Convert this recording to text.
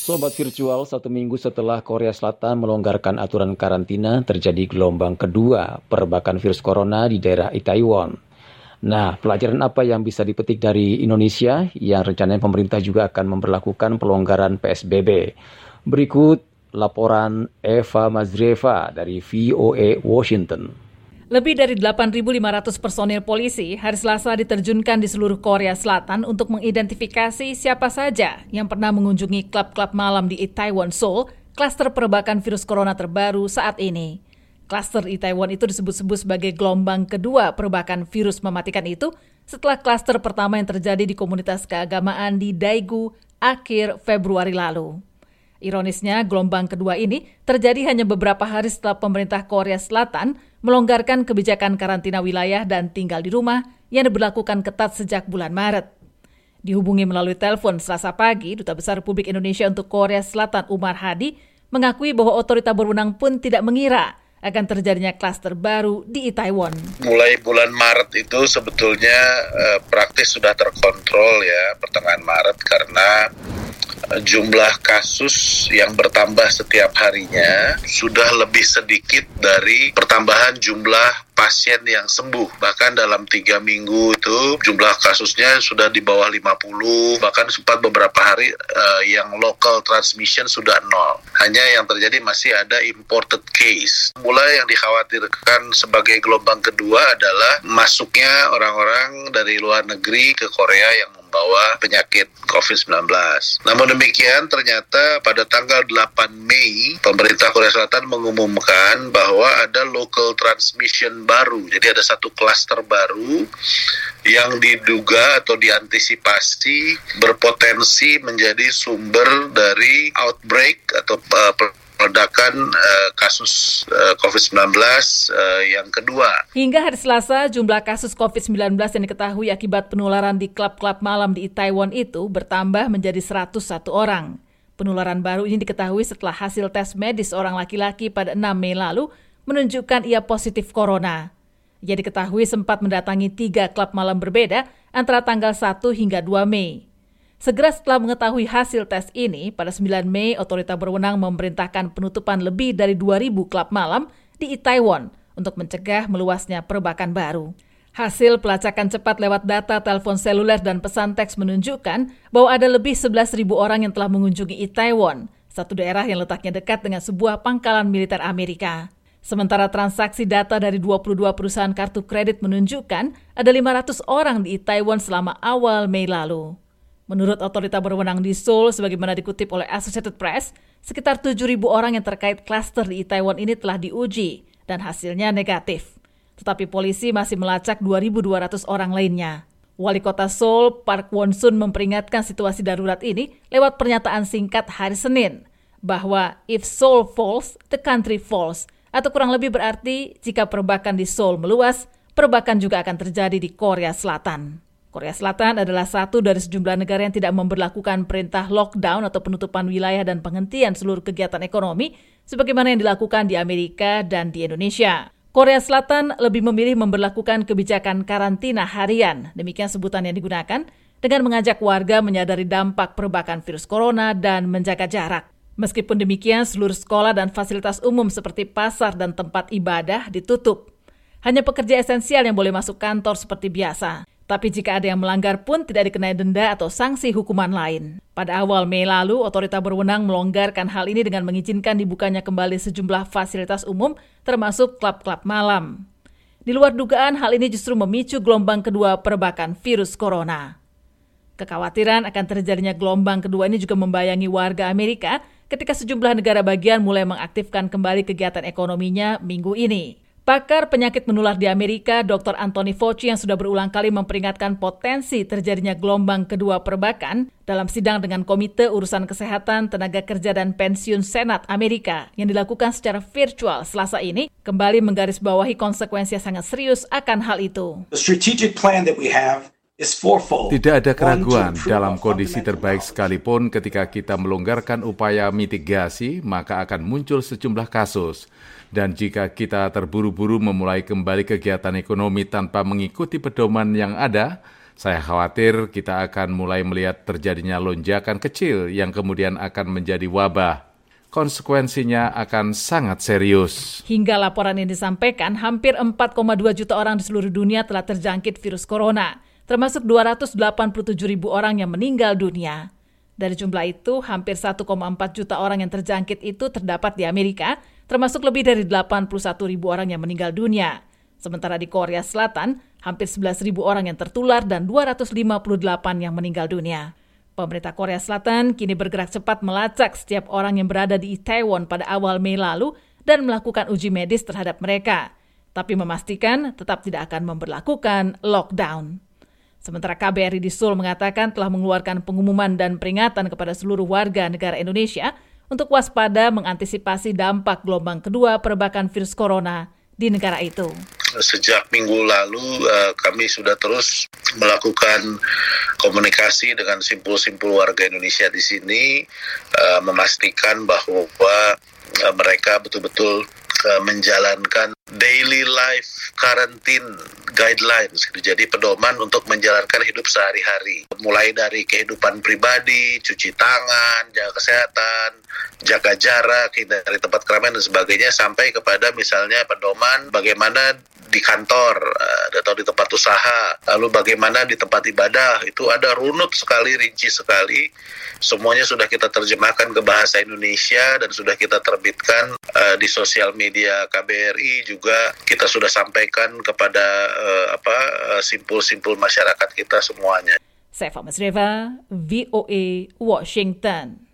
Sobat Virtual, 1 minggu setelah Korea Selatan melonggarkan aturan karantina, terjadi gelombang kedua perbakan virus corona di daerah Itaewon. Nah, pelajaran apa yang bisa dipetik dari Indonesia yang rencananya pemerintah juga akan memberlakukan pelonggaran PSBB? Berikut laporan Eva Mazrieva dari VOA Washington. Lebih dari 8.500 personil polisi hari Selasa diterjunkan di seluruh Korea Selatan untuk mengidentifikasi siapa saja yang pernah mengunjungi klub-klub malam di Itaewon, Seoul, klaster perbakan virus corona terbaru saat ini. Klaster Itaewon itu disebut-sebut sebagai gelombang kedua perbakan virus mematikan itu setelah klaster pertama yang terjadi di komunitas keagamaan di Daegu akhir Februari lalu. Ironisnya, gelombang kedua ini terjadi hanya beberapa hari setelah pemerintah Korea Selatan melonggarkan kebijakan karantina wilayah dan tinggal di rumah yang diberlakukan ketat sejak bulan Maret. Dihubungi melalui telepon Selasa pagi, Duta Besar Republik Indonesia untuk Korea Selatan Umar Hadi mengakui bahwa otoritas berwenang pun tidak mengira akan terjadinya klaster baru di Itaewon. Mulai bulan Maret itu sebetulnya praktis sudah terkontrol ya, pertengahan Maret, karena jumlah kasus yang bertambah setiap harinya sudah lebih sedikit dari pertambahan jumlah pasien yang sembuh. Bahkan dalam 3 minggu itu jumlah kasusnya sudah di bawah 50, bahkan sempat beberapa hari yang local transmission sudah 0. Hanya yang terjadi masih ada imported case. Mulai yang dikhawatirkan sebagai gelombang kedua adalah masuknya orang-orang dari luar negeri ke Korea yang membawa penyakit COVID-19. Namun demikian, ternyata pada tanggal 8 Mei, pemerintah Korea Selatan mengumumkan bahwa ada local transmission baru. Jadi ada satu klaster baru yang diduga atau diantisipasi berpotensi menjadi sumber dari outbreak atau ledakan kasus COVID-19 yang kedua. Hingga hari Selasa, jumlah kasus COVID-19 yang diketahui akibat penularan di klub-klub malam di Itaewon itu bertambah menjadi 101 orang. Penularan baru ini diketahui setelah hasil tes medis orang laki-laki pada 6 Mei lalu menunjukkan ia positif corona. Ia diketahui sempat mendatangi 3 klub malam berbeda antara tanggal 1 hingga 2 Mei. Segera setelah mengetahui hasil tes ini, pada 9 Mei, otoritas berwenang memerintahkan penutupan lebih dari 2.000 klub malam di Itaewon untuk mencegah meluasnya perbakan baru. Hasil pelacakan cepat lewat data telepon seluler dan pesan teks menunjukkan bahwa ada lebih 11.000 orang yang telah mengunjungi Itaewon, satu daerah yang letaknya dekat dengan sebuah pangkalan militer Amerika. Sementara transaksi data dari 22 perusahaan kartu kredit menunjukkan ada 500 orang di Itaewon selama awal Mei lalu. Menurut otoritas berwenang di Seoul, sebagaimana dikutip oleh Associated Press, sekitar 7.000 orang yang terkait klaster di Itaewon ini telah diuji dan hasilnya negatif. Tetapi polisi masih melacak 2.200 orang lainnya. Wali Kota Seoul, Park Won-sun, memperingatkan situasi darurat ini lewat pernyataan singkat hari Senin, bahwa if Seoul falls, the country falls, atau kurang lebih berarti jika perbakan di Seoul meluas, perbakan juga akan terjadi di Korea Selatan. Korea Selatan adalah satu dari sejumlah negara yang tidak memberlakukan perintah lockdown atau penutupan wilayah dan penghentian seluruh kegiatan ekonomi sebagaimana yang dilakukan di Amerika dan di Indonesia. Korea Selatan lebih memilih memberlakukan kebijakan karantina harian, demikian sebutan yang digunakan, dengan mengajak warga menyadari dampak perbakan virus corona dan menjaga jarak. Meskipun demikian, seluruh sekolah dan fasilitas umum seperti pasar dan tempat ibadah ditutup. Hanya pekerja esensial yang boleh masuk kantor seperti biasa. Tapi jika ada yang melanggar pun tidak dikenai denda atau sanksi hukuman lain. Pada awal Mei lalu, otoritas berwenang melonggarkan hal ini dengan mengizinkan dibukanya kembali sejumlah fasilitas umum, termasuk klub-klub malam. Di luar dugaan, hal ini justru memicu gelombang kedua perbakan virus corona. Kekhawatiran akan terjadinya gelombang kedua ini juga membayangi warga Amerika ketika sejumlah negara bagian mulai mengaktifkan kembali kegiatan ekonominya minggu ini. Pakar penyakit menular di Amerika, Dr. Anthony Fauci, yang sudah berulang kali memperingatkan potensi terjadinya gelombang kedua perbakan dalam sidang dengan Komite Urusan Kesehatan, Tenaga Kerja dan Pensiun Senat Amerika yang dilakukan secara virtual Selasa ini, kembali menggarisbawahi konsekuensi yang sangat serius akan hal itu. The strategic plan that we have is fourfold. Tidak ada keraguan dalam kondisi terbaik sekalipun ketika kita melonggarkan upaya mitigasi, maka akan muncul sejumlah kasus. Dan jika kita terburu-buru memulai kembali kegiatan ekonomi tanpa mengikuti pedoman yang ada, Saya khawatir kita akan mulai melihat terjadinya lonjakan kecil yang kemudian akan menjadi wabah. Konsekuensinya akan sangat serius. Hingga laporan ini disampaikan, hampir 4,2 juta orang di seluruh dunia telah terjangkit virus corona, termasuk 287 ribu orang yang meninggal dunia. Dari jumlah itu, hampir 1,4 juta orang yang terjangkit itu terdapat di Amerika, termasuk lebih dari 81 ribu orang yang meninggal dunia. Sementara di Korea Selatan, hampir 11 ribu orang yang tertular dan 258 yang meninggal dunia. Pemerintah Korea Selatan kini bergerak cepat melacak setiap orang yang berada di Itaewon pada awal Mei lalu dan melakukan uji medis terhadap mereka, tapi memastikan tetap tidak akan memberlakukan lockdown. Sementara KBRI di Seoul mengatakan telah mengeluarkan pengumuman dan peringatan kepada seluruh warga negara Indonesia untuk waspada mengantisipasi dampak gelombang kedua perbakan virus corona di negara itu. Sejak minggu lalu kami sudah terus melakukan komunikasi dengan simpul-simpul warga Indonesia di sini, memastikan bahwa mereka betul-betul menjalankan daily life quarantine guidelines, jadi pedoman untuk menjalankan hidup sehari-hari, mulai dari kehidupan pribadi, cuci tangan, jaga kesehatan, jaga jarak, hindari tempat keramaian dan sebagainya, sampai kepada misalnya pedoman bagaimana di kantor atau di tempat usaha, lalu bagaimana di tempat ibadah, itu ada runut sekali, rinci sekali. Semuanya sudah kita terjemahkan ke bahasa Indonesia dan sudah kita terbitkan di sosial media KBRI, juga kita sudah sampaikan kepada simpul-simpul masyarakat kita semuanya. Saya Fahmi Sreva, VOA Washington.